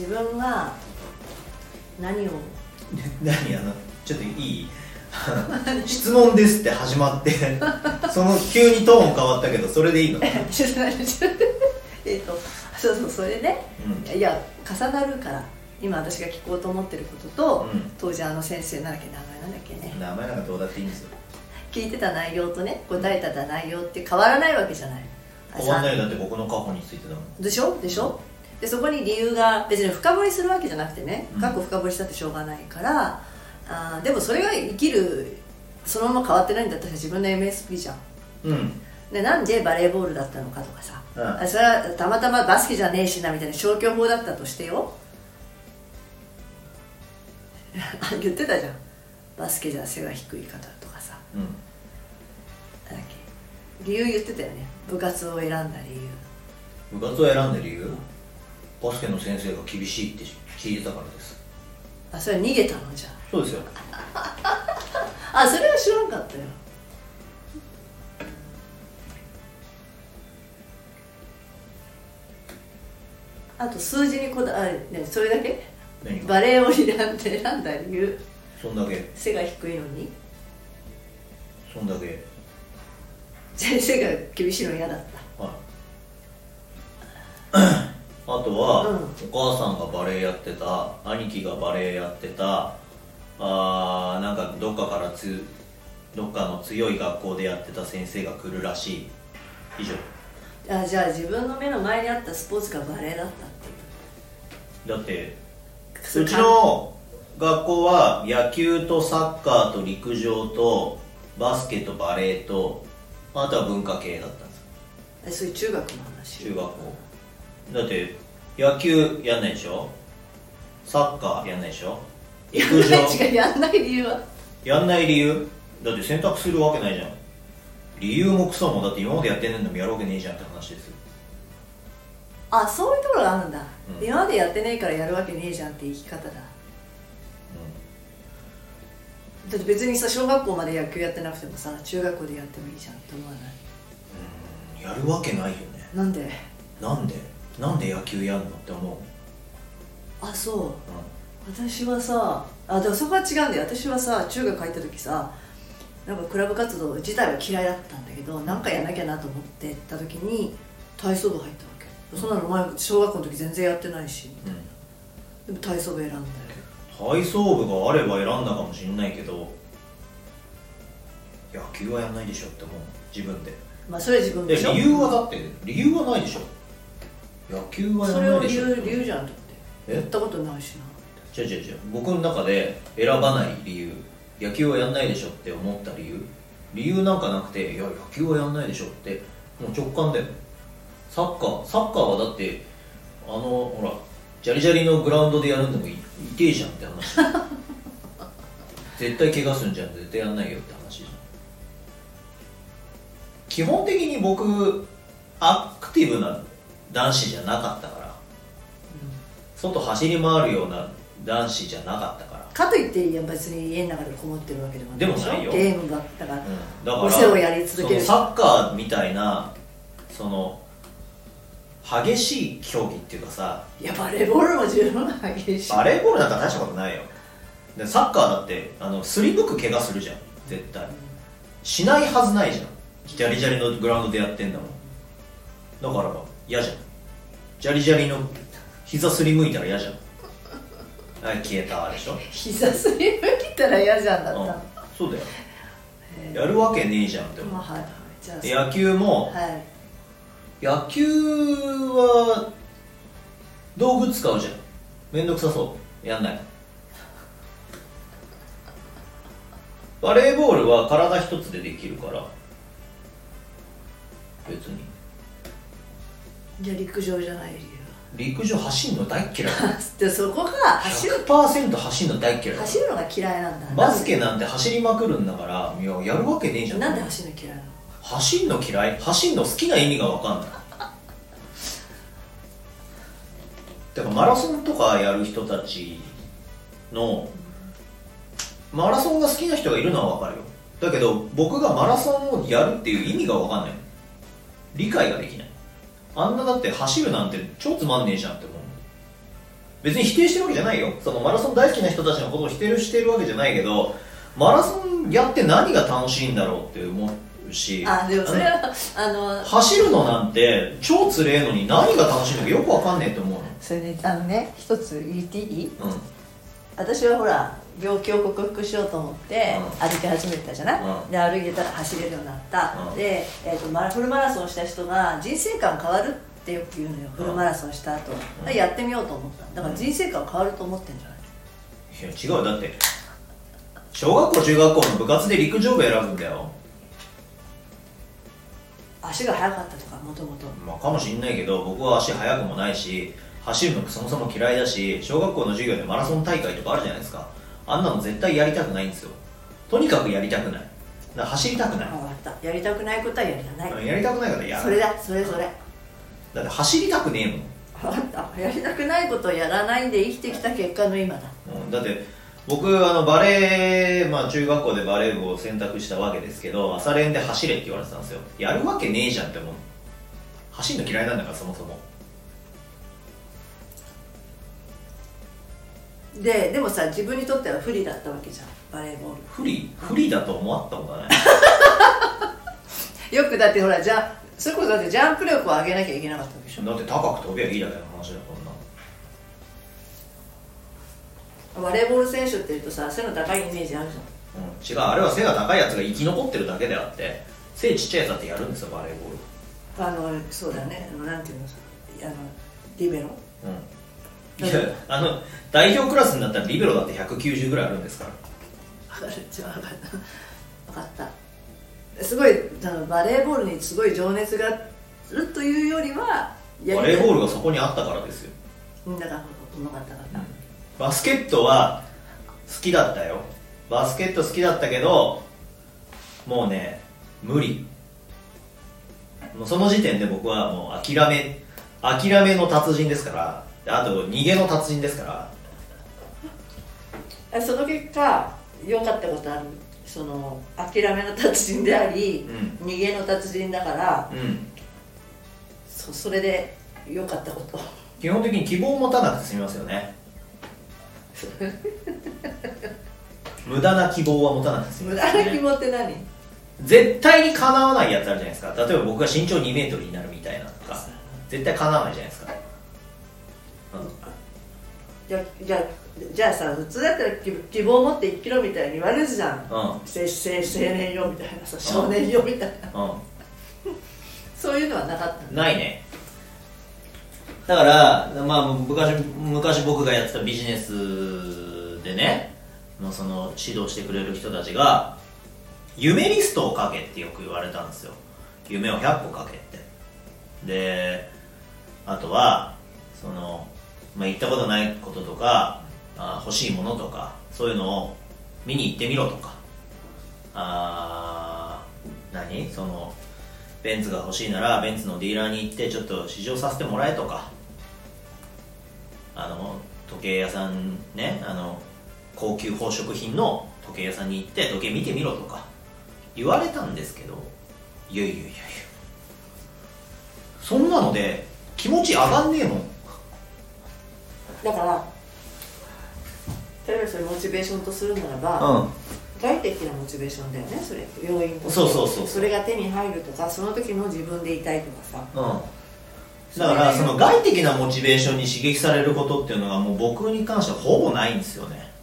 分が何をちょっといい質問ですって始まってその急にトーン変わったけど、それでいいの？ そうそれね、いや重なるから、今私が聞こうと思ってることと、当時先生なんだっけ、名前なんだっけね、 名前なんかどうだっていいんですよ。 聞いてた内容とね、答えた内容って変わらないわけじゃない。 変わんないよ。だって僕の過去についてだもん。 でしょ、でそこに理由が別に深掘りするわけじゃなくてね、過去深掘りしたってしょうがないから、でもそれが生きる、そのまま変わってないんだったら自分の MSP じゃん。でなんでバレーボールだったのかとかさ、それはたまたまバスケじゃねえしなみたいな消去法だったとしてよ言ってたじゃん、バスケじゃ背が低い方とかさ、なんだっけ、理由言ってたよね、部活を選んだ理由。 部活を選んだ理由？バスケの先生が厳しいって聞いてたからです。 それは逃げたの？じゃあそうですよそれは知らんかったよ。あと数字にこだわる、ね、それだけ？バレエを選んだ理由？ そんだけ。 背が低いのに？ そんだけ。 先生が厳しいの嫌だった。 はいあとは、お母さんがバレエやってた、兄貴がバレエやってた、なんかどっかの強い学校でやってた先生が来るらしい。以上。 じゃあ自分の目の前にあったスポーツがバレエだったっていう。 だってうちの学校は野球とサッカーと陸上とバスケとバレエと、あとは文化系だったんです。 そういう中学の話？ 中学校だって野球やんないでしょ、サッカーやんないでしょ、陸上やんない理由は？ やんない理由だって選択するわけないじゃん。理由もクソも、だって今までやってねえのもやるわけねえじゃんって話ですよ。 そういうところがあるんだ、今までやってねえからやるわけねえじゃんって生き方だ。だって別にさ、小学校まで野球やってなくてもさ、中学校でやってもいいじゃんって思わない？ やるわけないよね。 なんで野球やんのって思う。 そう、私はさ、でもそこは違うんだよ。私はさ、中学入った時さ、なんかクラブ活動自体は嫌いだったんだけど、なんかやんなきゃなと思ってった時に体操部入ったわけ。そんなの前小学校の時全然やってないし、でも体操部選んだよ。 体操部があれば選んだかもしれないけど、野球はやんないでしょって思う、自分で。 それは自分でしょ。 理由はだって理由はないでしょ。野球はやんないでしょ。 それを理由じゃんと思って。やったことないしな。 違う僕の中で選ばない理由、野球はやんないでしょって思った理由なんかなくて、いや野球はやんないでしょってもう直感だよ。サッカーはだってほらジャリジャリのグラウンドでやるんでも痛えじゃんって話絶対怪我するんじゃん、絶対やんないよって話じゃん。基本的に僕アクティブな男子じゃなかったから、外走り回るような男子じゃなかったから。 かといって別に家の中でこもってるわけでもないでしょ。 でもないよ。 ゲームだったから、 だからお世話やり続ける。 サッカーみたいなその激しい競技っていうかさ、 いやバレーボールも十分激しい。 バレーボールなんか大したことないよ。でサッカーだってすりむく怪我するじゃん絶対、しないはずないじゃん。ジャリジャリのグラウンドでやってんだもん。だから嫌じゃん。ジャリジャリの膝すりむいたら嫌じゃん。消えたでしょ。 膝すりむいたら嫌じゃんだった、 そうだよ。やるわけねえじゃんって思う。じゃあ野球も、野球は道具使うじゃん。めんどくさそう、やんない。バレーボールは体一つでできるから別に。 じゃあ陸上じゃない理由？ 陸上走るの大っ嫌いでそこが走る 100% 走るの大っ嫌い。 走るのが嫌いなんだ。 バスケなんて走りまくるんだから、いや、やるわけねえじゃん。 なんで走るの嫌いなの？ 走るの嫌い？走るの好きな意味が分かんないだからマラソンとかやる人たちの、マラソンが好きな人がいるのは分かるよ。だけど僕がマラソンをやるっていう意味が分かんない。理解ができない。あんなだって走るなんて超つまんねえじゃんって思う。 別に否定してるわけじゃないよ。そのマラソン大好きな人たちのことを否定してるわけじゃないけど、マラソンやって何が楽しいんだろうって思うし、 でもそれは走るのなんて超つれえのに何が楽しいのかよくわかんねえって思うの。 それね一つ言っていい？ うん、 私はほら病気を克服しようと思ってうん歩き始めたじゃない、 うん、 で歩いてたら走れるようになった、 うん、 で、フルマラソンした人が人生観変わるってよく言うのよ、フルマラソンした後、 うん、 やってみようと思った。だから人生観変わると思ってんじゃない？ いや違う、だって小学校中学校の部活で陸上部選ぶんだよ。 足が速かったとかもともと。 まあかもしんないけど、僕は足速くもないし走るのそもそも嫌いだし、小学校の授業でマラソン大会とかあるじゃないですか。あんなの絶対やりたくないんですよ。とにかくやりたくない。だから走りたくない。 分かった。やりたくないことはやりたない。 やりたくないからやる。 それだ、それ。 だって走りたくねえもん。 分かった。やりたくないことをやらないで生きてきた結果の今だ。 だって僕バレー、中学校でバレー部を選択したわけですけど、朝練で走れって言われてたんですよ。やるわけねえじゃんって思う。走るの嫌いなんだから、そもそも。 でもさ、自分にとっては不利だったわけじゃん、バレーボール。 不利だと思ったことはないよくだってほら、それこそだってジャンプ力を上げなきゃいけなかったわけでしょ。 だって高く飛べばいいだけの話だ、こんなバレーボール選手っていうとさ、背の高いイメージあるじゃん。 違う、あれは背が高いやつが生き残ってるだけであって、背ちっちゃいやつだってやるんですよ、バレーボール。 そうだね、なんていうのさ、リベロ。 いや、代表クラスになったらリベロだって190ぐらいあるんですから。 分かったすごいバレーボールにすごい情熱があるというよりは、 バレーボールがそこにあったからですよ。 だからうまかったから、 バスケットは好きだったよ。バスケット好きだったけど、もうね、無理。もうその時点で僕はもう諦めの達人ですから、あと逃げの達人ですから。 その結果良かったことある？その諦めの達人であり、逃げの達人だから、それで良かったこと。 基本的に希望を持たなくて済みますよね無駄な希望は持たなくて済みますよね。 無駄な希望って何？ 絶対に叶わないやつあるじゃないですか。例えば僕が身長2メートルになるみたいなとか、絶対叶わないじゃないですか。 じゃあさ、普通だったら希望を持って生きろみたいに言われるじゃん、青年よみたいなさ、少年よみたいな、そういうのはなかった？ ないね。だから、昔僕がやってたビジネスでね、その指導してくれる人たちが夢リストを書けってよく言われたんですよ。夢を100個書けって。で、あとは言ったことないこととか、欲しいものとか、そういうのを見に行ってみろとか、ベンツが欲しいならベンツのディーラーに行ってちょっと試乗させてもらえとか、時計屋さんね、高級宝飾品の時計屋さんに行って時計見てみろとか言われたんですけど、いやそんなので気持ち上がんねえもん。 だから例えばそれモチベーションとするならば、外的なモチベーションだよね、それ要因として。それが手に入るとか、その時の自分でいたいとかさ、 だからその外的なモチベーションに刺激されることっていうのがもう僕に関してはほぼないんですよね。